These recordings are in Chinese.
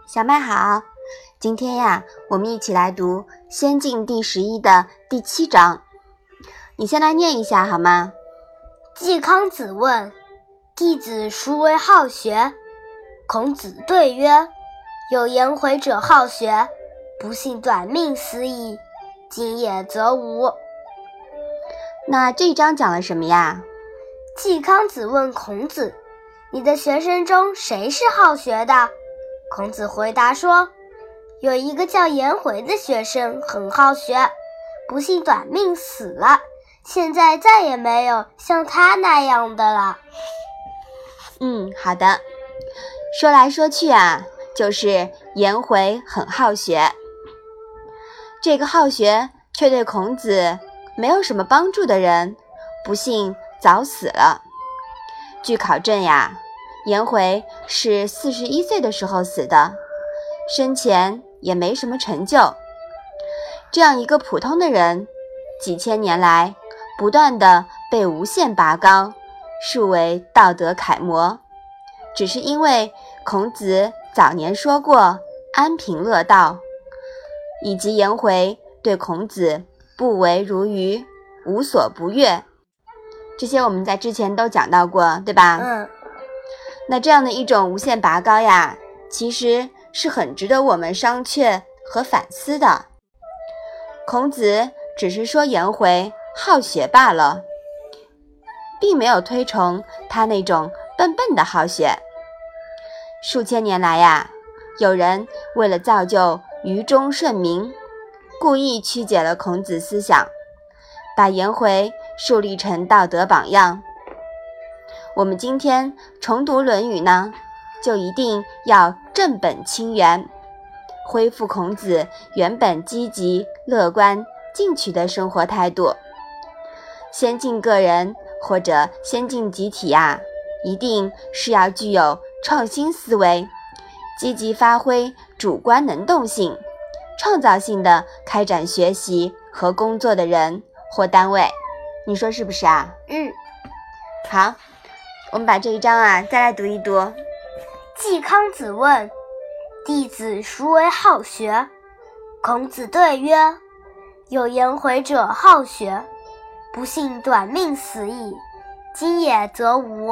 小麦好，今天呀，我们一起来读《先进》第11的第7章。你先来念一下好吗？ 季康子问：弟子孰为好学？孔子对曰：有颜回者好学，不幸短命死矣。今也则无。 那这一章讲了什么呀？ 季康子问孔子：你的学生中谁是好学的？孔子回答说：有一个叫颜回的学生很好学，不幸短命死了，现在再也没有像他那样的了。 好的。说来说去啊，就是颜回很好学。这个好学却对孔子没有什么帮助的人，不幸早死了。据考证呀，颜回是41岁的时候死的，生前也没什么成就。这样一个普通的人，几千年来不断地被无限拔高，树为道德楷模，只是因为孔子早年说过安贫乐道，以及颜回对孔子不为如鱼，无所不悦，这些我们在之前都讲到过，对吧？那这样的一种无限拔高呀，其实是很值得我们商榷和反思的。孔子只是说颜回好学罢了，并没有推崇他那种笨笨的好学。数千年来呀，有人为了造就愚忠顺民，故意曲解了孔子思想，把颜回树立成道德榜样。我们今天重读《论语》呢，就一定要正本清源，恢复孔子原本积极、乐观、进取的生活态度。先进个人或者先进集体啊，一定是要具有创新思维，积极发挥主观能动性，创造性的开展学习和工作的人或单位。你说是不是啊？好，我们把这一章啊再来读一读。 季康子问：弟子孰为好学？孔子对曰：有颜回者好学，不幸短命死矣。今也则无。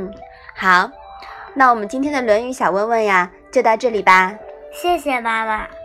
好，那我们今天的《论语》小问问呀，就到这里吧。 谢谢妈妈。